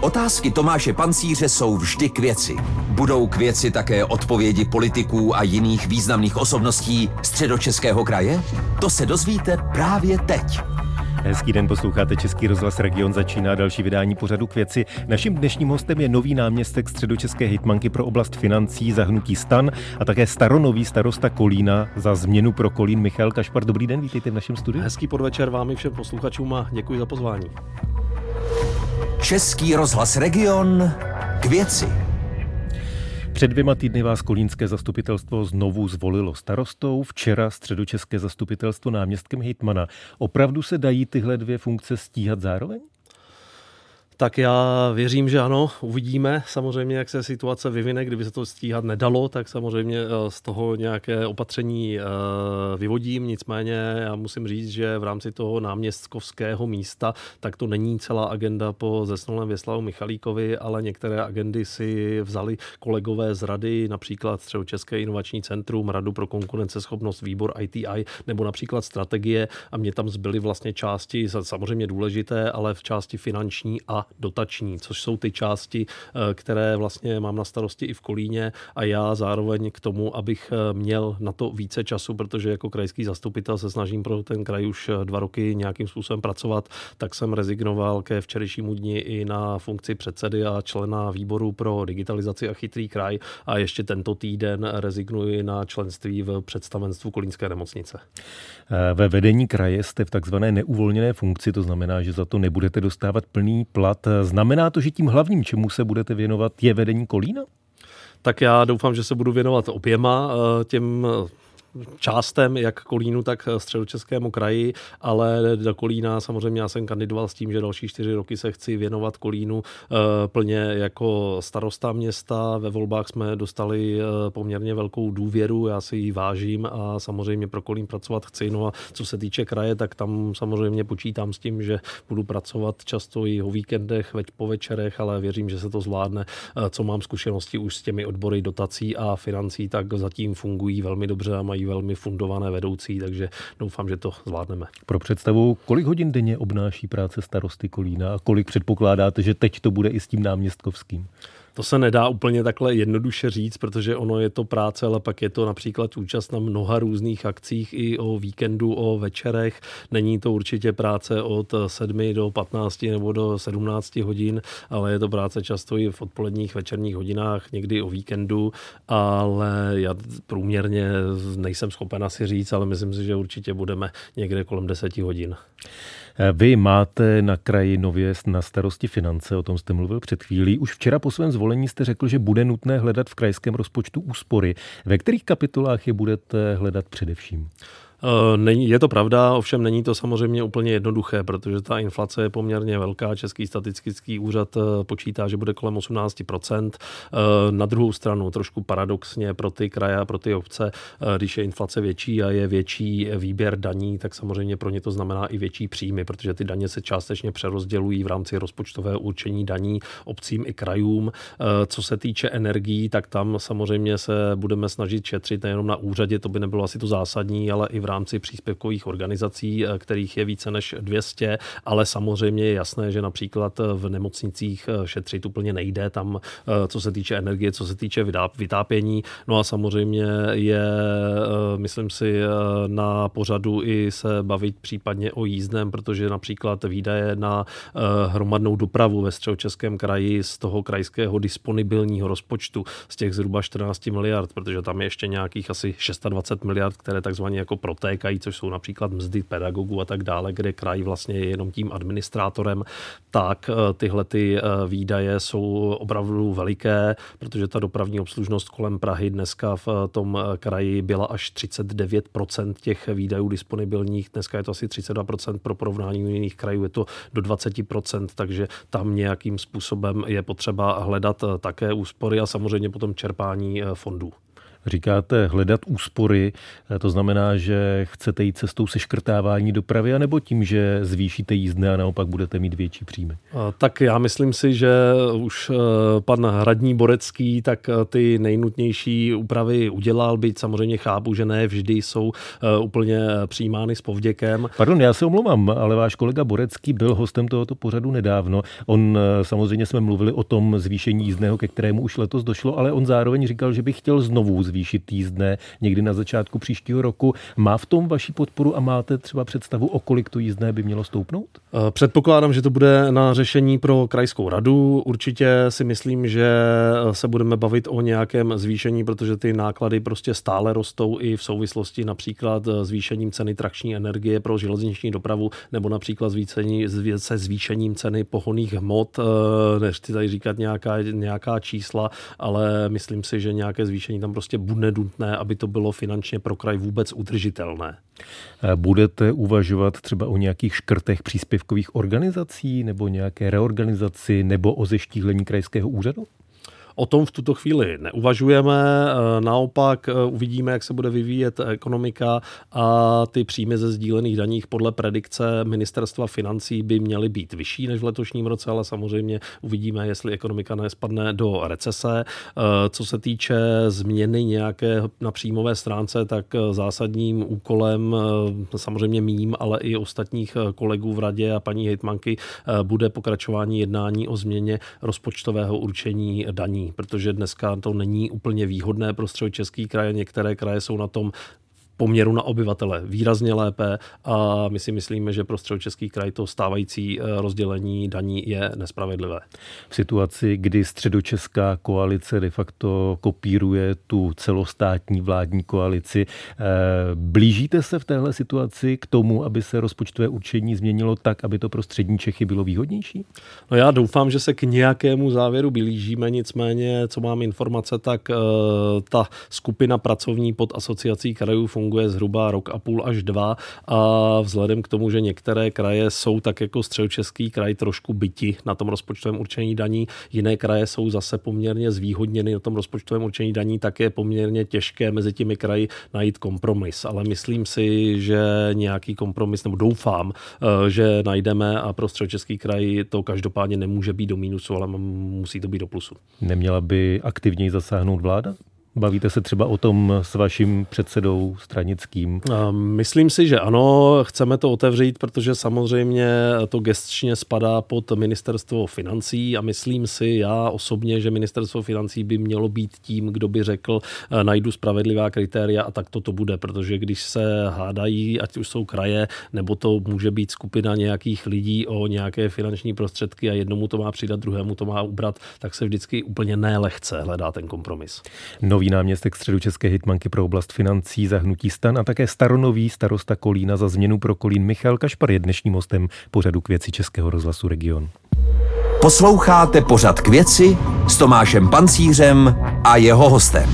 Otázky Tomáše Pancíře jsou vždy k věci. Budou k věci také odpovědi politiků a jiných významných osobností Středočeského kraje? To se dozvíte právě teď. Hezký den, posloucháte Český rozhlas Region, začíná další vydání pořadu k věci. Naším dnešním hostem je nový náměstek středočeské hejtmanky pro oblast financí za hnutí STAN a také staronový starosta Kolína za Změnu pro Kolín Michal Kašpar. Dobrý den, vítejte v našem studiu. Hezký podvečer vám i všem posluchačům a děkuji za pozvání. Český rozhlas Region k věci. Před 2 týdny vás kolínské zastupitelstvo znovu zvolilo starostou, včera středočeské zastupitelstvo náměstkem hejtmana. Opravdu se dají tyhle 2 funkce stíhat zároveň? Tak já věřím, že ano, uvidíme samozřejmě, jak se situace vyvine. Kdyby se to stíhat nedalo, tak samozřejmě z toho nějaké opatření vyvodím. Nicméně já musím říct, že v rámci toho náměstkovského místa, tak to není celá agenda po zesnulém Věslavu Michalíkovi, ale některé agendy si vzali kolegové z rady, například Středočeské inovační centrum, Radu pro konkurenceschopnost, výbor ITI, nebo například strategie, a mě tam zbyly vlastně části samozřejmě důležité, ale v části finanční a dotační, což jsou ty části, které vlastně mám na starosti i v Kolíně, a já zároveň k tomu, abych měl na to více času, protože jako krajský zastupitel se snažím pro ten kraj už 2 roky nějakým způsobem pracovat, tak jsem rezignoval ke včerejšímu dni i na funkci předsedy a člena výboru pro digitalizaci a chytrý kraj a ještě tento týden rezignuji na členství v představenstvu kolínské nemocnice. Ve vedení kraje jste v takzvané neuvolněné funkci, to znamená, že za to nebudete dostávat plný plat. Znamená to, že tím hlavním, čemu se budete věnovat, je vedení Kolína? Tak já doufám, že se budu věnovat oběma těm částem, jak Kolínu, tak Středočeskému kraji, ale do Kolína samozřejmě já jsem kandidoval s tím, že další 4 roky se chci věnovat Kolínu plně jako starosta města. Ve volbách jsme dostali poměrně velkou důvěru, já si ji vážím a samozřejmě pro Kolín pracovat chci. No a co se týče kraje, tak tam samozřejmě počítám s tím, že budu pracovat často i o víkendech, po večerech, ale věřím, že se to zvládne. Co mám zkušenosti už s těmi odbory dotací a financí, tak zatím fungují velmi dobře a mají velmi fundované vedoucí, takže doufám, že to zvládneme. Pro představu, kolik hodin denně obnáší práce starosty Kolína a kolik předpokládáte, že teď to bude i s tím náměstkovským? To se nedá úplně takhle jednoduše říct, protože ono je to práce, ale pak je to například účast na mnoha různých akcích i o víkendu, o večerech. Není to určitě práce od 7 do 15 nebo do 17 hodin, ale je to práce často i v odpoledních večerních hodinách, někdy o víkendu, ale já průměrně nejsem schopen asi říct, ale myslím si, že určitě budeme někde kolem 10 hodin. Vy máte na kraji nově na starosti finance, o tom jste mluvil před chvílí. Už včera po svém zvolení jste řekl, že bude nutné hledat v krajském rozpočtu úspory. Ve kterých kapitolách je budete hledat především? Je to pravda, ovšem není to samozřejmě úplně jednoduché, protože ta inflace je poměrně velká. Český statistický úřad počítá, že bude kolem 18%. Na druhou stranu trošku paradoxně pro ty kraje a pro ty obce, když je inflace větší a je větší výběr daní, tak samozřejmě pro ně to znamená i větší příjmy, protože ty daně se částečně přerozdělují v rámci rozpočtového určení daní obcím i krajům. Co se týče energií, tak tam samozřejmě se budeme snažit šetřit nejenom na úřadě, to by nebylo asi to zásadní, ale i v rámci příspěvkových organizací, kterých je více než 200, ale samozřejmě je jasné, že například v nemocnicích šetřit úplně nejde tam, co se týče energie, co se týče vytápění. No a samozřejmě je, myslím si, na pořadu i se bavit případně o jízdném, protože například výdaje na hromadnou dopravu ve Středočeském kraji z toho krajského disponibilního rozpočtu, z těch zhruba 14 miliard, protože tam je ještě nějakých asi 26 miliard, které takzvaně jako protékají, což jsou například mzdy pedagogů a tak dále, kde kraj vlastně je jenom tím administrátorem, tak tyhle ty výdaje jsou opravdu veliké, protože ta dopravní obslužnost kolem Prahy dneska v tom kraji byla až 39% těch výdajů disponibilních, dneska je to asi 32%, pro porovnání jiných krajů je to do 20%, takže tam nějakým způsobem je potřeba hledat také úspory a samozřejmě potom čerpání fondů. Říkáte hledat úspory, to znamená, že chcete jít cestou seškrtávání dopravy, anebo tím, že zvýšíte jízdné a naopak budete mít větší příjmy? Tak já myslím si, že už pan radní Borecký tak ty nejnutnější úpravy udělal, byť samozřejmě chápu, že ne vždy jsou úplně přijímány s povděkem. Pardon, já se omlouvám, ale váš kolega Borecký byl hostem tohoto pořadu nedávno. On samozřejmě jsme mluvili o tom zvýšení jízdného, ke kterému už letos došlo, ale on zároveň říkal, že by chtěl znovu zvýšit jízdné někdy na začátku příštího roku. Má v tom vaši podporu a máte třeba představu, o kolik to jízdné by mělo stoupnout? Předpokládám, že to bude na řešení pro krajskou radu. Určitě si myslím, že se budeme bavit o nějakém zvýšení, protože ty náklady prostě stále rostou i v souvislosti například zvýšením ceny trakční energie pro železniční dopravu nebo například se zvýšením ceny pohonných hmot. Nechci tady říkat nějaká čísla, ale myslím si, že nějaké zvýšení tam prostě bude nutné, aby to bylo finančně pro kraj vůbec udržitelné. Budete uvažovat třeba o nějakých škrtech příspěvkových organizací nebo nějaké reorganizaci nebo o zeštíhlení krajského úřadu? O tom v tuto chvíli neuvažujeme, naopak uvidíme, jak se bude vyvíjet ekonomika a ty příjmy ze sdílených daních podle predikce ministerstva financí by měly být vyšší než v letošním roce, ale samozřejmě uvidíme, jestli ekonomika nespadne do recese. Co se týče změny nějaké na příjmové stránce, tak zásadním úkolem samozřejmě mým, ale i ostatních kolegů v radě a paní hejtmanky bude pokračování jednání o změně rozpočtového určení daní. Protože dneska to není úplně výhodné pro Středočeský kraj. Některé kraje jsou na tom poměru na obyvatele výrazně lépe a my si myslíme, že pro Středočeský kraj to stávající rozdělení daní je nespravedlivé. V situaci, kdy středočeská koalice de facto kopíruje tu celostátní vládní koalici, blížíte se v téhle situaci k tomu, aby se rozpočtové určení změnilo tak, aby to pro střední Čechy bylo výhodnější? No já doufám, že se k nějakému závěru blížíme, nicméně, co mám informace, tak ta skupina pracovní pod asociací krajů funguje zhruba rok a půl až 2 a vzhledem k tomu, že některé kraje jsou tak jako Středočeský kraj trošku byti na tom rozpočtovém určení daní, jiné kraje jsou zase poměrně zvýhodněny na tom rozpočtovém určení daní, tak je poměrně těžké mezi těmi kraji najít kompromis. Ale myslím si, že nějaký kompromis, nebo doufám, že najdeme a pro Středočeský kraj to každopádně nemůže být do mínusu, ale musí to být do plusu. Neměla by aktivněji zasáhnout vláda? Bavíte se třeba o tom s vaším předsedou stranickým? Myslím si, že ano, chceme to otevřít, protože samozřejmě to gesčně spadá pod ministerstvo financí a myslím si já osobně, že ministerstvo financí by mělo být tím, kdo by řekl, najdu spravedlivá kritéria a tak to bude, protože když se hádají, ať už jsou kraje, nebo to může být skupina nějakých lidí o nějaké finanční prostředky a jednomu to má přidat, druhému to má ubrat, tak se vždycky úplně nelehce hledá ten kompromis. Nový náměstek středočeské hejtmanky pro oblast financí za hnutí STAN a také staronový starosta Kolína za změnu pro Kolín Michal Kašpar je dnešním hostem pořadu K věci Českého rozhlasu Region. Posloucháte pořad K věci s Tomášem Pancířem a jeho hostem.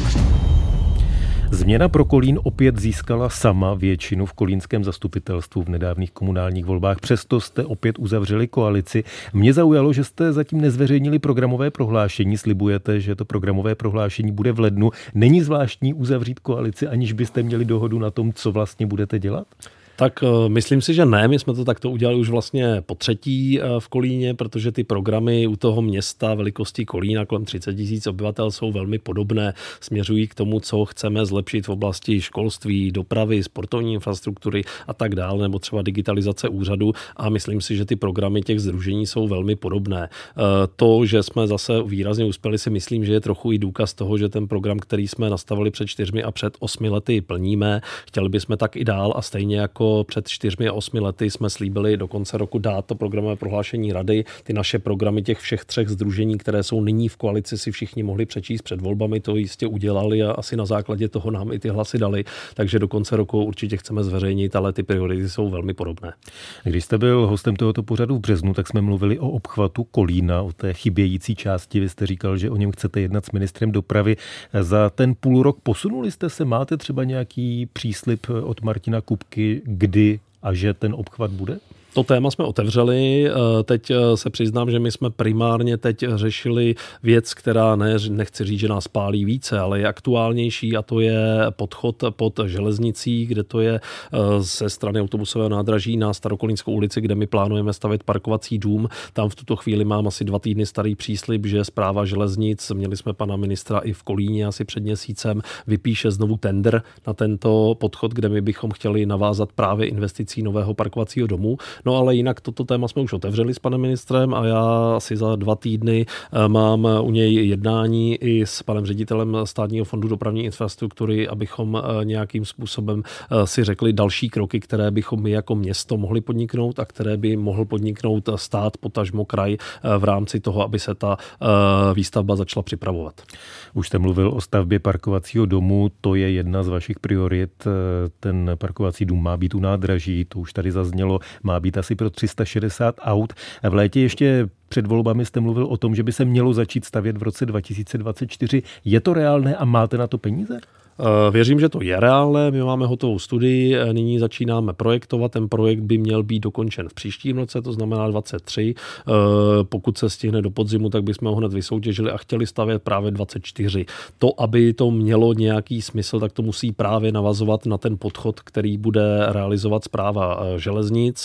Změna pro Kolín opět získala sama většinu v kolínském zastupitelstvu v nedávných komunálních volbách. Přesto jste opět uzavřeli koalici. Mě zaujalo, že jste zatím nezveřejnili programové prohlášení. Slibujete, že to programové prohlášení bude v lednu. Není zvláštní uzavřít koalici, aniž byste měli dohodu na tom, co vlastně budete dělat? Tak myslím si, že ne. My jsme to takto udělali už vlastně po třetí v Kolíně, protože ty programy u toho města velikosti Kolína kolem 30 000 obyvatel jsou velmi podobné. Směřují k tomu, co chceme zlepšit v oblasti školství, dopravy, sportovní infrastruktury a tak dále, nebo třeba digitalizace úřadu. A myslím si, že ty programy těch sdružení jsou velmi podobné. To, že jsme zase výrazně uspěli, si myslím, že je trochu i důkaz toho, že ten program, který jsme nastavili před 4 a před 8 lety, plníme. Chtěli bychom tak i dál a stejně jako před 4 a 8 lety jsme slíbili do konce roku dát to programové prohlášení rady. Ty naše programy těch všech 3 sdružení, které jsou nyní v koalici, si všichni mohli přečíst před volbami, to jistě udělali a asi na základě toho nám i ty hlasy dali. Takže do konce roku určitě chceme zveřejnit, ale ty priority jsou velmi podobné. Když jste byl hostem tohoto pořadu v březnu, tak jsme mluvili o obchvatu Kolína, o té chybějící části. Vy jste říkal, že o něm chcete jednat s ministrem dopravy. Za ten půl rok posunuli jste se? Máte třeba nějaký příslib od Martina Kupky, kdy a že ten obchvat bude? To téma jsme otevřeli. Teď se přiznám, že my jsme primárně teď řešili věc, která nechci říct, že nás pálí více, ale je aktuálnější, a to je podchod pod železnicí, kde to je ze strany autobusového nádraží na Starokolínskou ulici, kde my plánujeme stavět parkovací dům. Tam v tuto chvíli mám asi 2 týdny starý příslib, že Správa železnic, měli jsme pana ministra i v Kolíně asi před měsícem, vypíše znovu tender na tento podchod, kde my bychom chtěli navázat právě investicí nového parkovacího domu. No ale jinak toto téma jsme už otevřeli s panem ministrem a já asi za 2 týdny mám u něj jednání i s panem ředitelem Státního fondu dopravní infrastruktury, abychom nějakým způsobem si řekli další kroky, které bychom my jako město mohli podniknout a které by mohl podniknout stát, potažmo kraj v rámci toho, aby se ta výstavba začala připravovat. Už jste mluvil o stavbě parkovacího domu, to je jedna z vašich priorit. Ten parkovací dům má být u nádraží, to už tady zaznělo, má být asi pro 360 aut. V létě ještě před volbami jste mluvil o tom, že by se mělo začít stavět v roce 2024. Je to reálné a máte na to peníze? Věřím, že to je reálné. My máme hotovou studii, nyní začínáme projektovat. Ten projekt by měl být dokončen v příštím roce, to znamená 23. Pokud se stihne do podzimu, tak bychom ho hned vysoutěžili a chtěli stavět právě 24. To, aby to mělo nějaký smysl, tak to musí právě navazovat na ten podchod, který bude realizovat Správa železnic,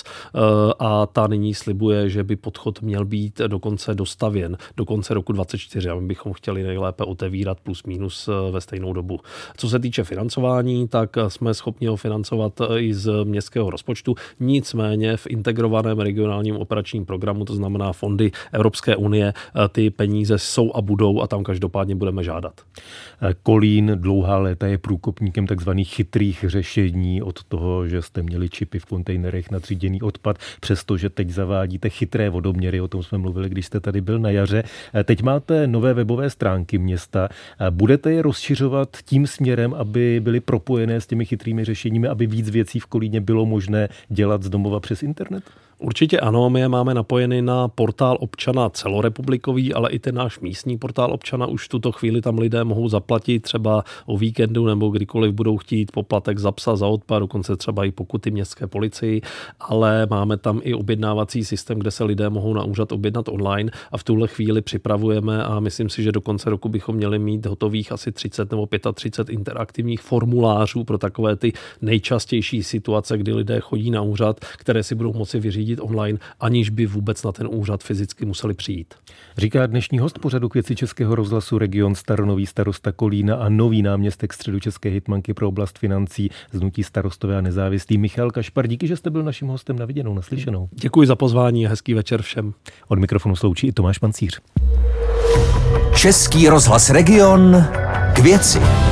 a ta nyní slibuje, že by podchod měl být dokonce dostavěn do konce roku 24. A my bychom chtěli nejlépe otevírat plus minus ve stejnou dobu. Co se týče financování, tak jsme schopni ho financovat i z městského rozpočtu. Nicméně v integrovaném regionálním operačním programu, to znamená fondy Evropské unie, ty peníze jsou a budou a tam každopádně budeme žádat. Kolín dlouhá léta je průkopníkem takzvaných chytrých řešení, od toho, že jste měli čipy v kontejnerech na tříděný odpad, přestože teď zavádíte chytré vodoměry, o tom jsme mluvili, když jste tady byl na jaře. Teď máte nové webové stránky města. Budete je rozšiřovat tím směrem, aby byly propojené s těmi chytrými řešeními, aby víc věcí v Kolíně bylo možné dělat z domova přes internet? Určitě ano, my je máme napojeny na portál občana celorepublikový, ale i ten náš místní portál občana. Už v tuto chvíli tam lidé mohou zaplatit třeba o víkendu nebo kdykoliv budou chtít poplatek za psa, za odpad, dokonce třeba i pokuty městské policii, ale máme tam i objednávací systém, kde se lidé mohou na úřad objednat online a v tuhle chvíli připravujeme a myslím si, že do konce roku bychom měli mít hotových asi 30 nebo 35 interaktivních formulářů pro takové ty nejčastější situace, kdy lidé chodí na úřad, které si budou moci vyřídit online, aniž by vůbec na ten úřad fyzicky museli přijít. Říká dnešní host pořadu K věci Českého rozhlasu region Staronový starosta Kolína a nový náměstek středočeské hejtmanky pro oblast financí z hnutí Starostové a nezávislí Michal Kašpar. Díky, že jste byl naším hostem, na viděnou, naslyšenou. Děkuji za pozvání a hezký večer všem. Od mikrofonu sloučí i Tomáš Pancíř. Český rozhlas Region K věci.